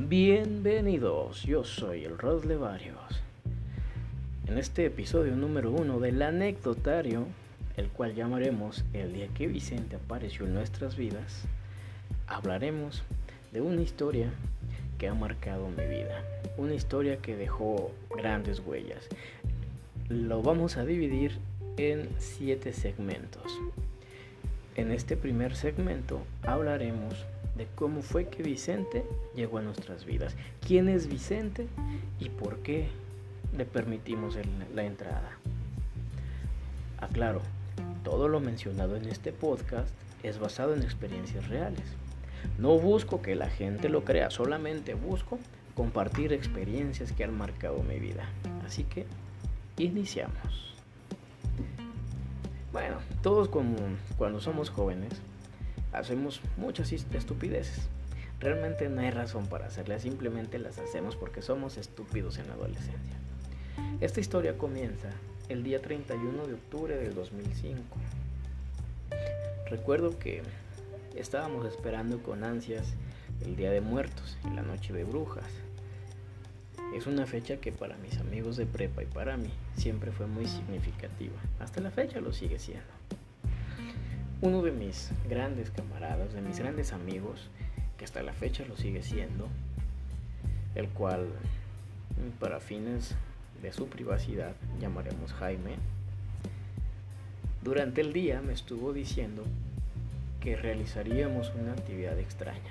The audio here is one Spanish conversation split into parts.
Bienvenidos, yo soy el Roslevarios. En este episodio número 1 del anecdotario, el cual llamaremos El día que Vicente apareció en nuestras vidas, hablaremos de una historia que ha marcado mi vida, una historia que dejó grandes huellas. Lo vamos a dividir en 7 segmentos. En este primer segmento hablaremos de cómo fue que Vicente llegó a nuestras vidas, quién es Vicente y por qué le permitimos la entrada. Aclaro, todo lo mencionado en este podcast es basado en experiencias reales. No busco que la gente lo crea, solamente busco compartir experiencias que han marcado mi vida. Así que, iniciamos. Bueno, todos cuando somos jóvenes hacemos muchas estupideces. Realmente no hay razón para hacerlas, simplemente las hacemos porque somos estúpidos en la adolescencia. Esta historia comienza el día 31 de octubre del 2005. Recuerdo que estábamos esperando con ansias el Día de Muertos y la Noche de Brujas. Es una fecha que para mis amigos de prepa y para mí siempre fue muy significativa. Hasta la fecha lo sigue siendo. Uno de mis grandes camaradas, de mis grandes amigos, que hasta la fecha lo sigue siendo, el cual para fines de su privacidad llamaremos Jaime, durante el día me estuvo diciendo que realizaríamos una actividad extraña,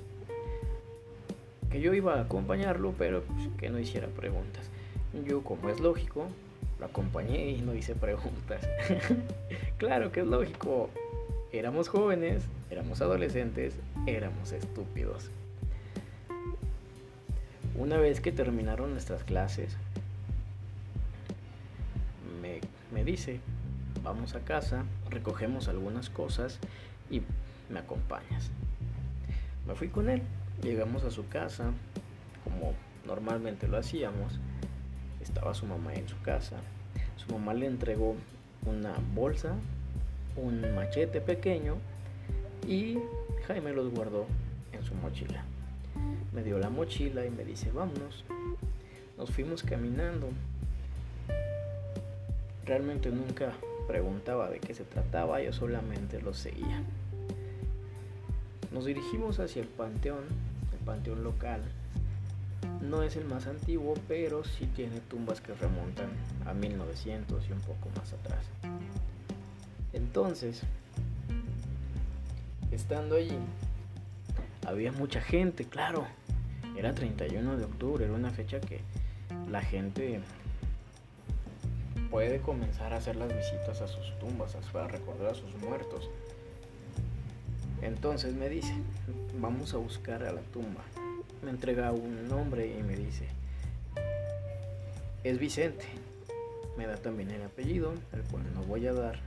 que yo iba a acompañarlo, pero que no hiciera preguntas. Yo, como es lógico, lo acompañé y no hice preguntas. Claro que es lógico. Éramos jóvenes, éramos adolescentes, éramos estúpidos. Una vez que terminaron nuestras clases, me dice, vamos a casa, recogemos algunas cosas y me acompañas. Me fui con él, llegamos a su casa, como normalmente lo hacíamos. Estaba su mamá en su casa. Su mamá le entregó una bolsa, un machete pequeño y Jaime los guardó en su mochila. Me dio la mochila y me dice, vámonos. Nos fuimos caminando. Realmente nunca preguntaba de qué se trataba, yo solamente lo seguía. Nos dirigimos hacia el panteón local. No es el más antiguo, pero sí tiene tumbas que remontan a 1900 y un poco más atrás. Entonces, estando allí, había mucha gente, claro. Era 31 de octubre, era una fecha que la gente puede comenzar a hacer las visitas a sus tumbas, para recordar a sus muertos. Entonces me dice, vamos a buscar a la tumba. Me entrega un nombre y me dice, es Vicente. Me da también el apellido, el cual no voy a dar.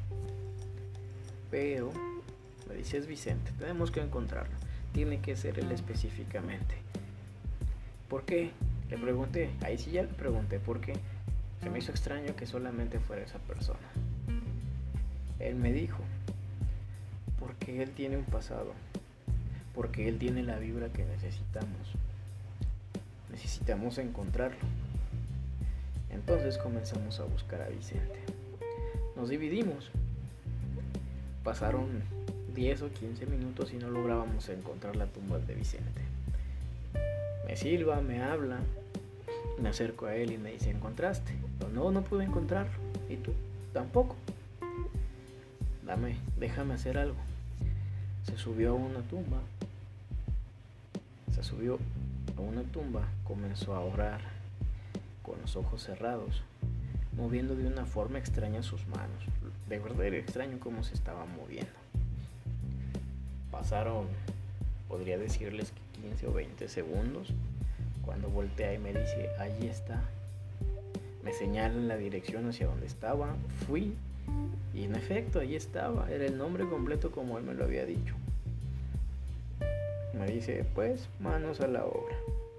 Pero me dice, es Vicente, tenemos que encontrarlo. Tiene que ser él específicamente. ¿Por qué? Le pregunté, ahí sí ya le pregunté por qué. Se me hizo extraño que solamente fuera esa persona. Él me dijo, porque él tiene un pasado, porque él tiene la vibra que necesitamos encontrarlo. Entonces comenzamos a buscar a Vicente. Nos dividimos. Pasaron 10 o 15 minutos y no lográbamos encontrar la tumba de Vicente. Me silba, me habla, me acerco a él y me dice, ¿encontraste? Pero no pude encontrarlo. ¿Y tú? Tampoco. Déjame hacer algo. Se subió a una tumba, comenzó a orar con los ojos cerrados, moviendo de una forma extraña sus manos. De verdad era extraño cómo se estaba moviendo. Pasaron, podría decirles que 15 o 20 segundos, cuando voltea y me dice, allí está. Me señala en la dirección hacia donde estaba, fui y en efecto allí estaba, era el nombre completo como él me lo había dicho. Me dice, pues manos a la obra.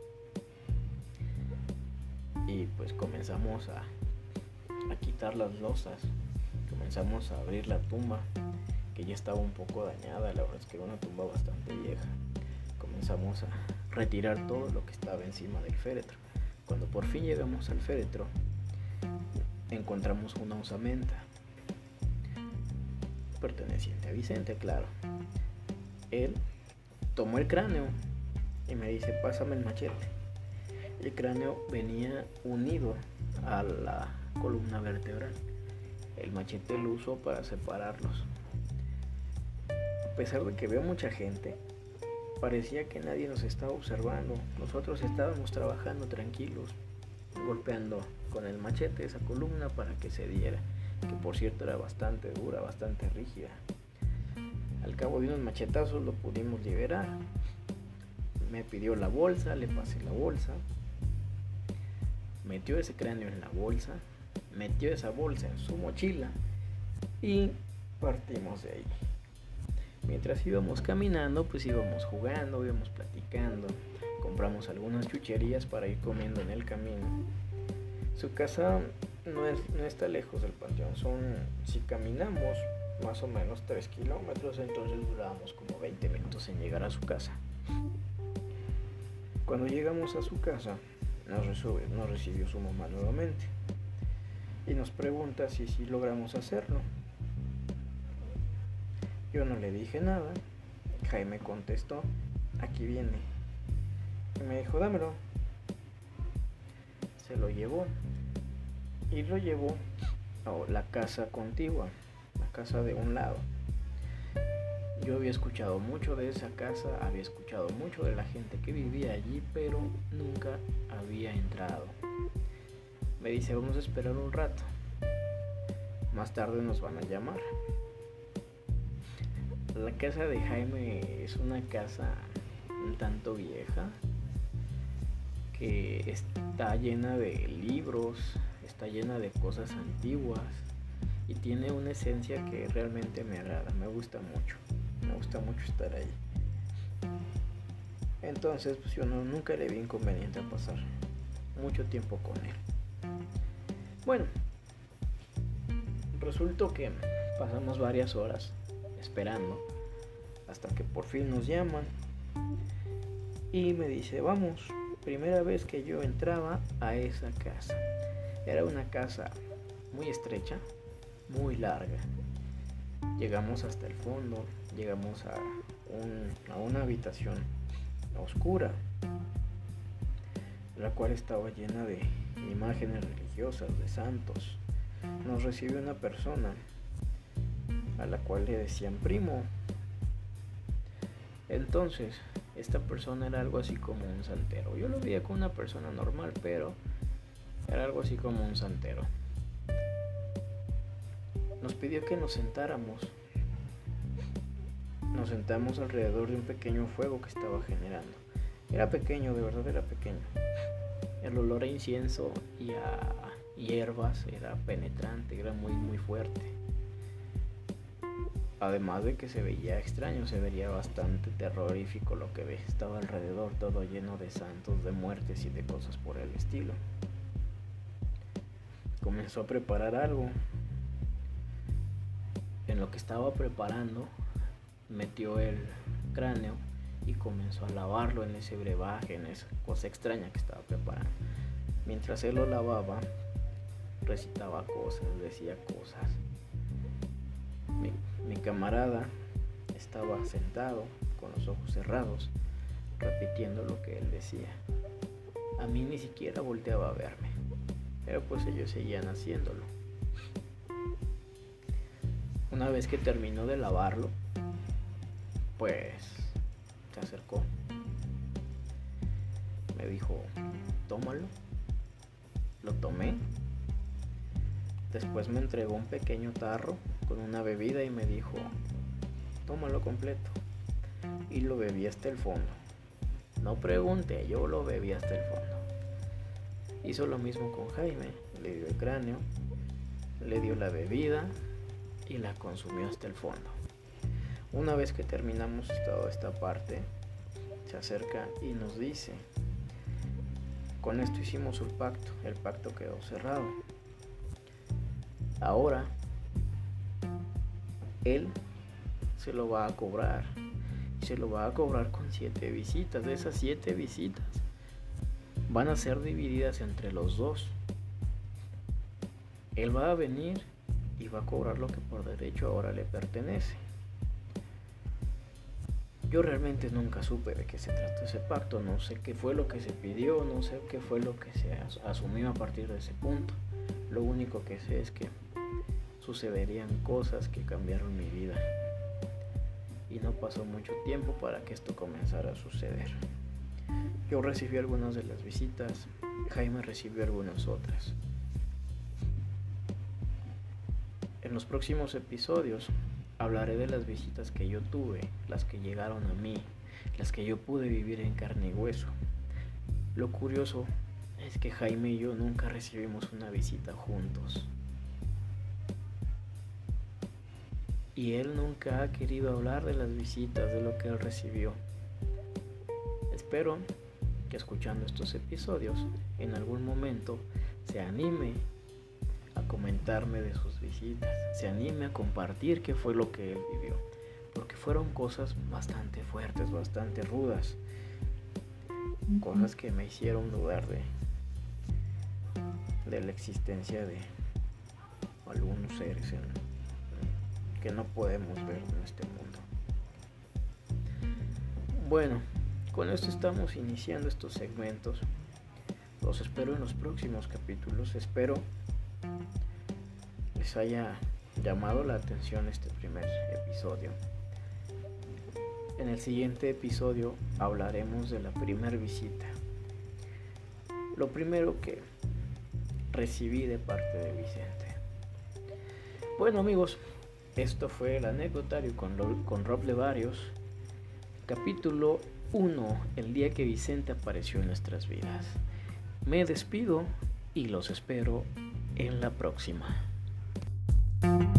Y pues comenzamos a quitar las losas, comenzamos a abrir la tumba, que ya estaba un poco dañada, la verdad es que era una tumba bastante vieja. comenzamos a retirar todo lo que estaba encima del féretro. Cuando por fin llegamos al féretro, encontramos una osamenta perteneciente a Vicente, claro. Él tomó el cráneo y me dice: pásame el machete. El cráneo venía unido a la columna vertebral. El machete lo usó para separarlos. A pesar de que veo mucha gente, parecía que nadie nos estaba observando. Nosotros estábamos trabajando tranquilos, golpeando con el machete esa columna para que se diera, que por cierto era bastante dura, bastante rígida. Al cabo de unos machetazos lo pudimos liberar. Me pidió la bolsa, le pasé la bolsa, metió ese cráneo en la bolsa, metió esa bolsa en su mochila y partimos de ahí. Mientras íbamos caminando, pues íbamos jugando, íbamos platicando, compramos algunas chucherías para ir comiendo en el camino. Su casa no está lejos del panteón, si caminamos más o menos 3 kilómetros, entonces durábamos como 20 minutos en llegar a su casa. Cuando llegamos a su casa, nos recibió su mamá nuevamente y nos pregunta si logramos hacerlo. Yo no le dije nada. Jaime contestó: aquí viene. Y me dijo: dámelo. Se lo llevó y lo llevó a la casa contigua, la casa de un lado. Yo había escuchado mucho de esa casa, había escuchado mucho de la gente que vivía allí, pero nunca había entrado. Me dice: vamos a esperar un rato, más tarde nos van a llamar. La casa de Jaime es una casa un tanto vieja, que está llena de libros, está llena de cosas antiguas y tiene una esencia que realmente me agrada, me gusta mucho estar ahí. Entonces pues yo nunca le vi inconveniente a pasar mucho tiempo con él. Bueno, resultó que pasamos varias horas esperando hasta que por fin nos llaman y me dice: vamos. Primera vez que yo entraba a esa casa. Era una casa muy estrecha, muy larga. Llegamos hasta el fondo, llegamos a una habitación oscura, la cual estaba llena de imágenes religiosas, de santos. Nos recibió una persona a la cual le decían primo. Entonces, esta persona era algo así como un santero. Yo lo veía como una persona normal, pero era algo así como un santero. Nos pidió que nos sentáramos. Nos sentamos alrededor de un pequeño fuego que estaba generando. Era pequeño, de verdad era pequeño. El olor a incienso y a hierbas era penetrante, era muy muy fuerte. Además de que se veía extraño, se veía bastante terrorífico lo que estaba alrededor, todo lleno de santos, de muertes y de cosas por el estilo. Comenzó a preparar algo. En lo que estaba preparando, metió el cráneo y comenzó a lavarlo en ese brebaje, en esa cosa extraña que estaba preparando. Mientras él lo lavaba, recitaba cosas, decía cosas. Mi camarada estaba sentado con los ojos cerrados, repitiendo lo que él decía. A mí ni siquiera volteaba a verme, pero pues ellos seguían haciéndolo. Una vez que terminó de lavarlo, pues se acercó. Me dijo: tómalo. Lo tomé. Después me entregó un pequeño tarro con una bebida y me dijo: tómalo completo. Y lo bebí hasta el fondo. No pregunté, yo lo bebí hasta el fondo. Hizo lo mismo con Jaime. Le dio el cráneo, le dio la bebida y la consumió hasta el fondo. Una vez que terminamos toda esta parte, se acerca y nos dice: con esto hicimos el pacto quedó cerrado. Ahora él se lo va a cobrar. y se lo va a cobrar con 7 visitas. De esas 7 visitas van a ser divididas entre los dos. Él va a venir y va a cobrar lo que por derecho ahora le pertenece. Yo realmente nunca supe de qué se trató ese pacto, no sé qué fue lo que se pidió, no sé qué fue lo que se asumió a partir de ese punto. Lo único que sé es que sucederían cosas que cambiaron mi vida. Y no pasó mucho tiempo para que esto comenzara a suceder. Yo recibí algunas de las visitas, Jaime recibió algunas otras. En los próximos episodios hablaré de las visitas que yo tuve, las que llegaron a mí, las que yo pude vivir en carne y hueso. Lo curioso es que Jaime y yo nunca recibimos una visita juntos. Y él nunca ha querido hablar de las visitas, de lo que él recibió. Espero que escuchando estos episodios, en algún momento se anime a comentarme de sus visitas, se anime a compartir qué fue lo que él vivió, porque fueron cosas bastante fuertes, bastante rudas, cosas que me hicieron dudar de la existencia de algunos seres que no podemos ver en este mundo. Bueno, con esto estamos iniciando estos segmentos. Los espero en los próximos capítulos. Espero les haya llamado la atención este primer episodio. En el siguiente episodio hablaremos de la primera visita. Lo primero que recibí de parte de Vicente. Bueno, amigos, esto fue el anecdotario con Rob Levarios, capítulo 1, el día que Vicente apareció en nuestras vidas. Me despido y los espero en la próxima.